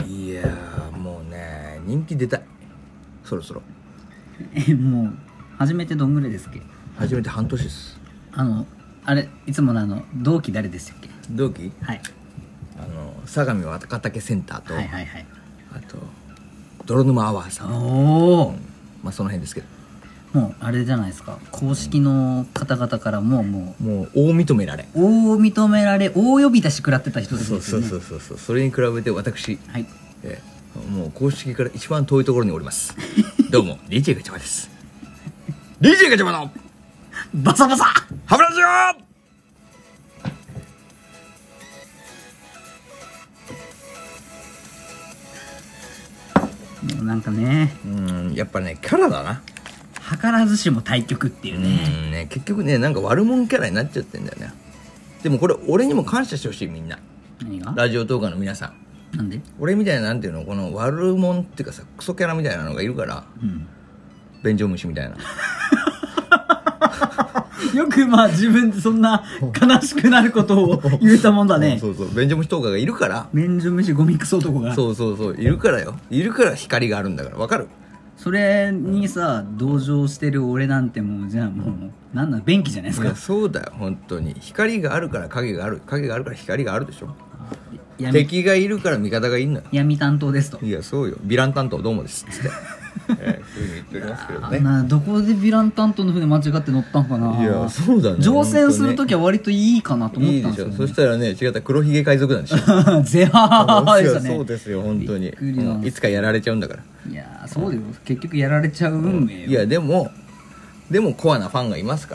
いやーもうね人気出たいそろそろ。 もう初めてどんぐらいですっけ？ 初めて半年です。 あれいつもの同期誰でしたっけ？ 同期はい相模若竹センターと、 はいはいはい。 あと泥沼アワーさん、 おお、 まあその辺ですけど、 もうあれじゃないですか、公式の方々からももう大認められ、 大認められ、大呼び出し食らってた人たちそうですよね。 そうそれに比べて私、 はい。 もう公式から一番遠いところにおりますどうも DJ ガチャバです。 DJ ガチャバのバサバサハブラジオ。 もうなんかね、 やっぱねキャラだな。 図らずしも対局っていうね。 結局ねなんか悪者キャラになっちゃってんだよね。でもこれ俺にも感謝してほしい。みんな何が？ ラジオトーカーの皆さん、 なんで？ 俺みたいななんていうのこの悪者っていうかさクソキャラみたいなのがいるから、便所虫みたいなよくまあ自分でそんな悲しくなることを言うたもんだね。 そう便所虫とかがいるから、 便所虫ゴミクソ男が。 そういるからよ。いるから光があるんだから。わかる？ それにさ同情してる俺なんてもうじゃあもうなんだ便器じゃないですか。 いやそうだよ本当に。光があるから影がある、影があるから光があるでしょ。敵がいるから味方がいるのよ。 闇担当ですと。 いやそうよ。ヴィラン担当どうもですっつってそういうふうに言っておりますけどね。 どこでヴィラン担当の船間違って乗ったんかな。 いやそうだね。 乗船するときは割といいかなと思ったんですよ、ね、 いいでしょ。そしたらね違った黒ひげ海賊団でしょゼハーでしたね。 そうですよ本当に、いつかやられちゃうんだから。 いやそうだよ、結局やられちゃう運命よ。 いやでもコアなファンがいますから。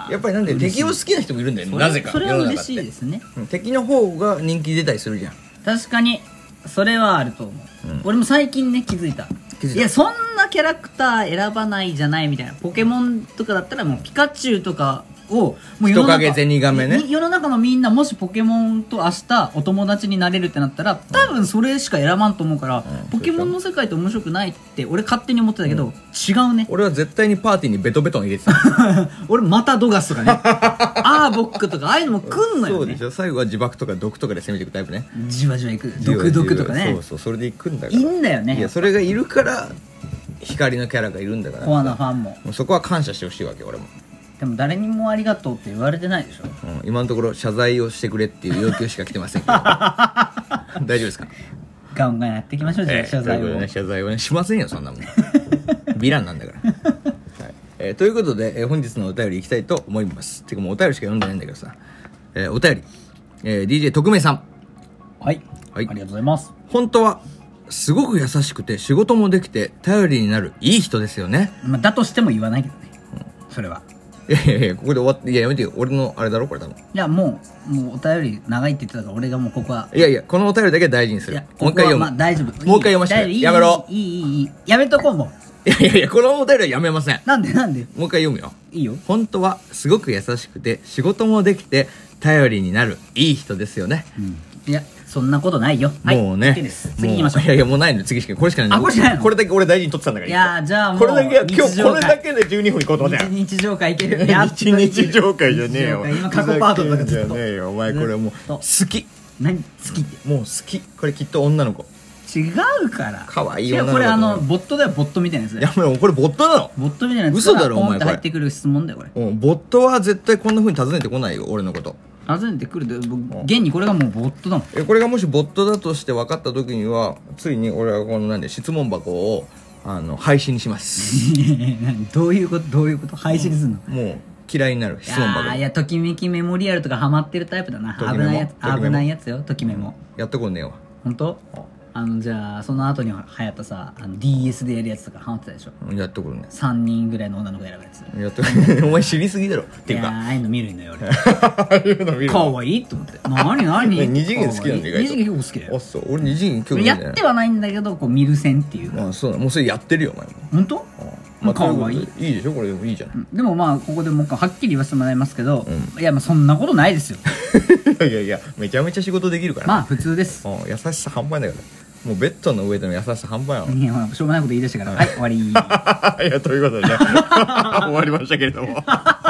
やっぱりなんで敵を好きな人もいるんだよね。なぜかそれは嬉しいですね。 敵の方が人気出たりするじゃん。 確かにそれはあると思う、俺も最近ね気づいた。いやそんなキャラクター選ばないじゃないみたいな。ポケモンとかだったらもうピカチュウとかをもう人影ゼニガメね。 世の中のみんなもしポケモンと明日お友達になれるってなったら多分それしか選ばんと思うから、ポケモンの世界って面白くないって俺勝手に思ってたけど、違うね。 俺は絶対にパーティーにベトベトン入れてた俺マタドガスとかねアーボックとかああいうのも来んのよね。 そうでしょ。最後は自爆とか毒とかで攻めていくタイプね。 じわじわいく毒毒とかね。 そうそれでいくんだから。 いいんだよね。 いやそれがいるから光のキャラがいるんだから、 コアなファンもそこは感謝してほしいわけ俺も。 でも誰にもありがとうって言われてないでしょ、 今のところ謝罪をしてくれっていう要求しか来てませんけど大丈夫ですか？ ガンガンやっていきましょう。じゃあ謝罪を、 謝罪をねしませんよそんなもんヴィランなんだからということで、本日のお便りいきたいと思います。てかもうお便りしか読んでないんだけどさ、お便り、DJ 特命さん。はい、 ありがとうございます。 本当はすごく優しくて仕事もできて頼りになるいい人ですよね。 だとしても言わないけどね、それは。 いやここで終わって。いややめてよ。俺のあれだろこれ多分。 いやもうお便り長いって言ってたから俺がもうここは。 いやこのお便りだけは大事にする。もう一回読む。 大丈夫。 もう一回読ませて。やめろ。 いいやめとこう。もういやこのお便りはやめません。 なんでもう一回読むよ。 いいよ。 本当はすごく優しくて仕事もできて頼りになるいい人ですよね。 いやそんなことないよ。 もうね、 次行きましょう。 いやもうないの。次しかこれしかない。 これしかないの。 これだけ俺大事に取ってたんだから。 いやじゃあもうこれだけ今日これだけで12分いこうと思ったよ。 日常会いける。 日常会じゃねえよ。 今過去パートとかじゃねえよお前。これもう好き。 何好きって。 もう好き。これきっと女の子。 違うから可愛い女の子。 これボットだよ。ボットみたいなやつだよ。 いやもうこれボットなの。 ボットみたいなやつ。 嘘だろお前。 ポンって入ってくる質問だよこれ。 ボットは絶対こんな風に尋ねてこないよ俺のこと。 訪ねてくるで現にこれがもうボットだもん。 これがもしボットだとして分かった時にはついに俺はこの質問箱を廃止にしますどういうこと廃止にすんの？ もう嫌いになる質問箱。 いやときめきメモリアルとかハマってるタイプだな。危ないやつよときメモ。 やったことねえわ。 本当？じゃあその後に流行ったさDS でやるやつとかハマってたでしょ。 やったことね。 3人ぐらいの女の子選ぶやつやったことお前知りすぎだろっていうか。 ああいうの見るのよ俺。 ああいうの見る。 かわいいと思って。何二次元好きなんだよ。 二次元結構好きだよ。 あそう。俺二次元興味ない。やってはないんだけど見る線っていうか。 そうだ。もうそれやってるよお前も。 本当？かわいい。 いいでしょこれでもいいじゃん。 でもここでもうはっきり言わせてもらいますけど、いやそんなことないですよ。 いやめちゃめちゃ仕事できるから。 普通です。 優しさ半端ないから。もうベッドの上での優しさ半端やろ。 いやしょうもないこと言い出したからはい終わり。 いやということでね終わりましたけれども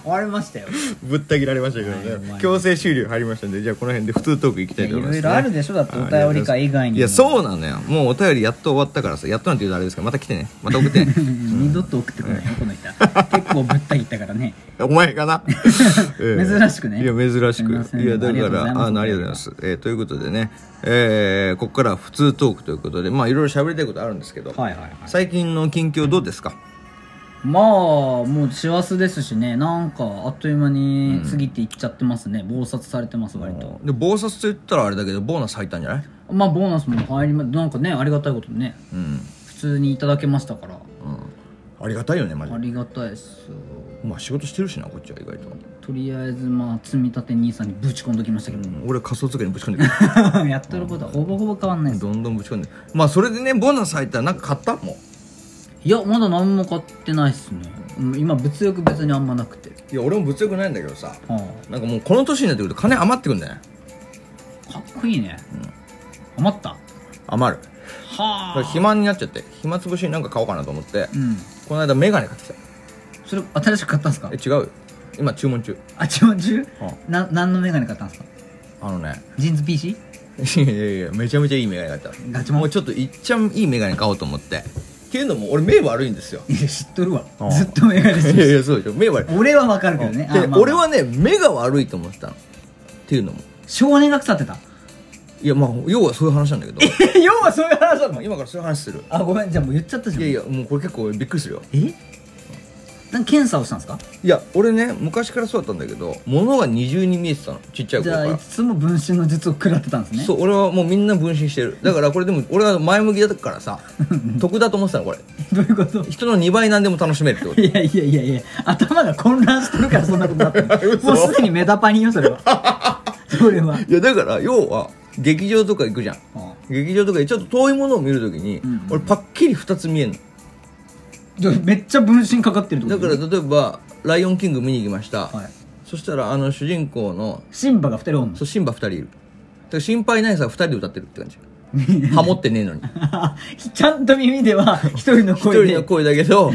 終わりましたよ。 ぶった切られましたけどね、強制終了入りましたんで、じゃあこの辺で普通トークいきたいと思います、ね、 いろいろあるでしょ、だってお便り会以外にも。 いやそうなのよ、もうお便りやっと終わったからさ、やっとなんて言うとあれですから、また来てね、また送ってね二度と送ってこないよこの人結構ぶった切ったからねお前かな珍しくね。 いや珍しく、いやだからありがとうございます。 ます。ということでね、ここからは普通トークということで、まあいろいろ喋りたいことあるんですけど、 はいはいはい。 最近の近況どうですか？ まあもう師走ですしね、なんかあっという間に過ぎていっちゃってますね。忙殺されてます割と。 で忙殺と言ったらあれだけど、ボーナス入ったんじゃない？ まあボーナスも入りなんかね、ありがたいことにね、普通にいただけましたから、 ありがたいよねマジで。 ありがたいです。 まあ仕事してるしなこっちは意外と。 とりあえずまあ積み立て兄さんにぶち込んどきましたけど、 俺は仮想通貨にぶち込んでくるやってることはほぼほぼ変わんないです。 どんどんぶち込んで、まあそれでね、ボーナス入ったらなんか買った？もういやまだ何も買ってないっすね。今物欲別にあんまなくて。 いや俺も物欲ないんだけどさ、 はなんかもうこの年になってくると金余ってくんだよね。 かっこいいね、余った。 余る。 はあ。 暇になっちゃって、暇つぶしになんか買おうかなと思って、 うん。 この間メガネ買ってきた。 それ新しく買ったんすか？ 違うよ、今注文中。 あ、注文中？何のメガネ買ったんすか？ジーンズ PC？ いやいやめちゃめちゃいいメガネ買った。 ガチモン。 もうちょっといっちゃんいいメガネ買おうと思って。っていうのも俺目悪いんですよ。 いや知っとるわ、ずっとメガネしてる。 いやいやそうでしょ、目悪い。 俺はわかるけどね。 で俺はね目が悪いと思ってたの。っていうのも少年が腐ってた。 いやまあ要はそういう話なんだけど要はそういう話なの？ 今からそういう話する。 あ、ごめん、じゃあもう言っちゃったじゃん。 いやいやもうこれ結構びっくりするよ。 なんか検査をしたんですか？ いや俺ね昔からそうだったんだけど、物が二重に見えてたの、ちっちゃいじ頃から。 ゃあいつも分身の術を食らってたんですね。 そう、俺はもうみんな分身してる。だからこれでも俺は前向きだからさ得だと思ってたのこれ。 どういうこと？ 人の2倍なんでも楽しめるってこと。 いやいやいやいや、頭が混乱してるからそんなことになってるもうすでにメダパニよそれはそれは。 いやだから要は劇場とか行くじゃん、劇場とかでちょっと遠いものを見るときに、俺パッキリ2つ見えんの。 じゃあめっちゃ分身かかってるってこと？ だから例えばライオンキング見に行きました、 はい、 そしたら主人公のシンバが2人おんの？ そう、シンバ2人いる。だから心配ないさ2人で歌ってるって感じハモってねえのにちゃんと耳では1人の声で 1人の声だけど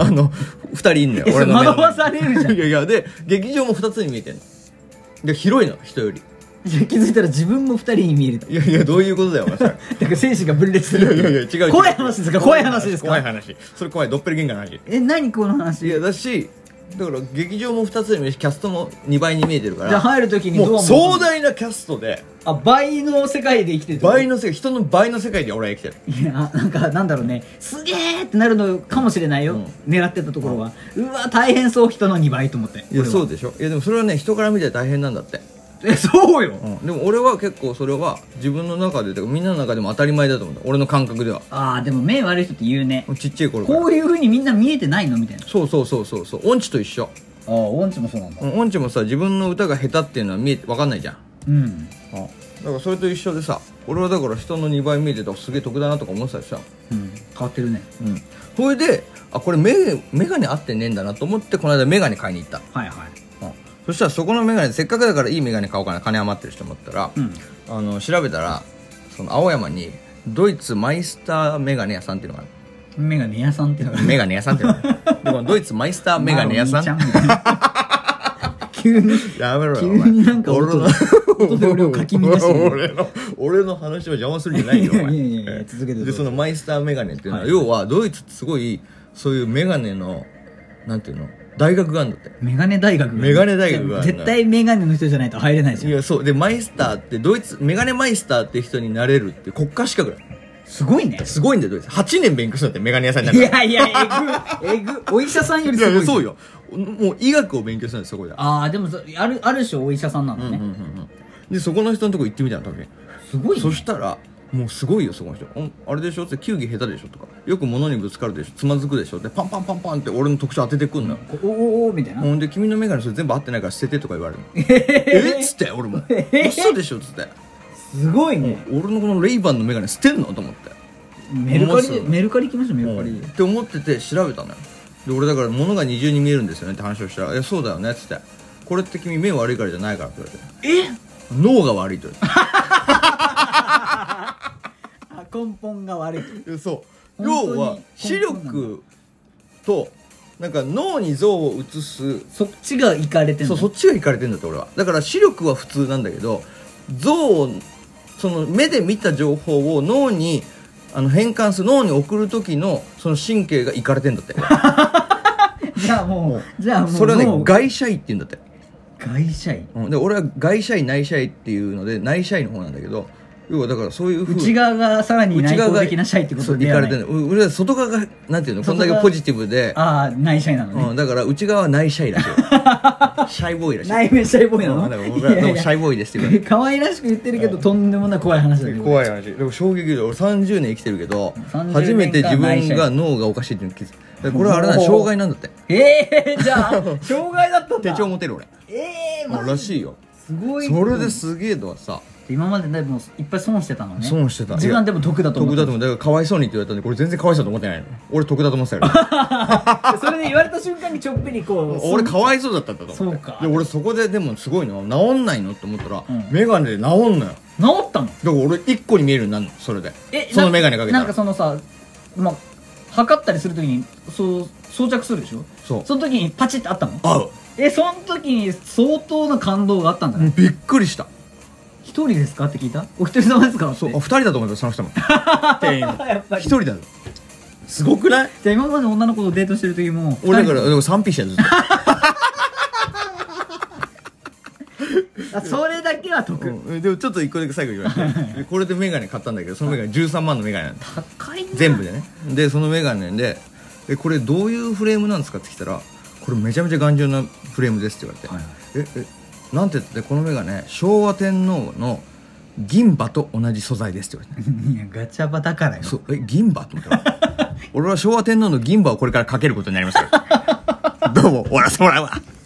2人いんのよ俺の目の惑わされるじゃん。 いやいやで劇場も2つに見えてんので、広いの人より。 じゃあ気づいたら自分も2人に見えると。 いやいやどういうことだよお前それだから精子が分裂する。 いやいや違う怖い話ですか？怖い話ですか？ 怖い話。それ怖い、ドッペルゲンガーの話。 何この話？ いやだし、だから劇場も2つで見えるし、キャストも2倍に見えてるから。 じゃあ入るときにどうもう壮大なキャストで、 倍の世界で生きてる。 倍の世界、人の倍の世界で俺は生きてる。 いやなんだろうね、すげーってなるのかもしれないよ、狙ってたところは。うわ大変そう、人の2倍と思って。 いやそうでしょ。いやでもそれはね、人から見て大変なんだって。 そうよ、 でも俺は結構それは自分の中でとかみんなの中でも当たり前だと思うんだ、俺の感覚では。 でも目悪い人って言うね。 ちっちゃい頃から。 こういう風にみんな見えてないのみたいな。 そう音痴と一緒。 音痴もそうなんだ。 音痴もさ、自分の歌が下手っていうのは分かんないじゃん。だからそれと一緒でさ、俺はだから人の2倍見えてたらすげえ得だなとか思ってたしさ。 変わってるね。 それでこれメガネ合ってねえんだなと思って、この間メガネ買いに行った。 はいはい。 そしたらそこのメガネ、せっかくだからいいメガネ買おうかな、金余ってる人思ったら、調べたらその青山にドイツマイスターメガネ屋さんっていうのがある。 メガネ屋さんっていうのがメガネ屋さんっていうのがある。でこのドイツマイスターメガネ屋さん急にやめろよ急になんか音で俺をかき乱して俺の話を邪魔するんじゃないよお前。 いや続けて。 でそのマイスターメガネっていうのは、要はドイツってすごいそういうメガネのなんていうの大学があるんだって。 メガネ大学メガネ大学がある。 絶対メガネの人じゃないと入れないじゃん。 いやそうで、マイスターってドイツメガネマイスターって人になれるって国家資格だ。 すごいね。 すごいんだよドイツ。8年勉強したってメガネ屋さんになるから。 いやえぐお医者さんよりすごい。 いやそうよ。もう医学を勉強したんですそこで。 でもある種お医者さんなんだね。 でそこの人のとこ行ってみたの時。 すごいね。 そしたらもうすごいよそこの人。あれでしょって球技下手でしょとか、よく物にぶつかるでしょ、つまずくでしょでパンパンパンパンって俺の特徴当ててくんのよ。 おみたいな。 ほんで君のメガネそれ全部合ってないから捨ててとか言われる。っつって俺も嘘でしょっつって。 すごいね。 俺のこのレイバンのメガネ捨てんのと思って、 メルカリ行きましょう。メルカリって思ってて調べたのよ。で俺だから物が二重に見えるんですよねって話をしたら、そうだよねっつって、これって君目悪いからじゃないからって言われて、脳が悪いと言われて根本が悪い。 そう、要は視力となんか脳に像を映す、 そっちがいかれてんの。 そっちがいかれてんだって俺は。だから視力は普通なんだけど、像をその目で見た情報を脳に変換する、脳に送る時のその神経がいかれてんだってじゃあもうそれはね外斜位って言うんだって。 外斜位、 で俺は外斜位内斜位っていうので内斜位の方なんだけど、要はだからそういう風内側がさらに内向的な斜位ってことではない。 いかれてる。俺は外側がなんていうの、こんだけポジティブで、 ああ内斜位なのね、 だから内側は内斜位らしいよシャイボーイらしい。 内面シャイボーイなの。 だから僕はどうもシャイボーイですって言うから可愛らしく言ってるけど、とんでもない怖い話だけど。 怖い話でも衝撃で、俺30年生きてるけど 30 初めて自分が脳がおかしいっていうのに気づいた。これはあれなん障害なんだって。 じゃあ障害だったんだ。 手帳持てる俺。 マジらしいよ。 すごい。 それですげえとはさ、 今まででもいっぱい損してたのね。 損してた。 自分はでも得だと思った。 得だと思う。だからかわいそうにって言われたんで、これ全然かわいそうだと思ってないの。俺得だと思ってたよそれで言われた瞬間にちょっぴりこう俺かわいそうだったんだと思って。 そうか。 で俺そこででもすごいの治んないのって思ったら、メガネで治んのよ。 治ったの。 だから俺1個に見えるようになるの。それでそのメガネかけたらなんかそのさ、まあ測ったりするときにそう装着するでしょ。その時にパチってあったの。 合う。 その時に相当な感動があったんだね。 びっくりした。 一人ですかって聞いた。お一人様ですかって。 そう、2人だと思ったその人も店員やっぱり 1人だよ。すごくない？ じゃあ今まで女の子とデートしてる時も俺だから3ピーしたよずっとそれだけは得。 でもちょっと1個だけ最後言われてこれでメガネ買ったんだけど、そのメガネ13万のメガネなんだ。 高いな。 全部でね。でそのメガネでこれどういうフレームなんですかって来たら、これめちゃめちゃ頑丈なフレームですって言われて、なんて言って、このメガネ昭和天皇の銀馬と同じ素材ですって言われて。 いやガチャバだからよ。 そう、銀馬と思ったら俺は昭和天皇の銀馬をこれからかけることになりますからどうも終わらせてもらうわ。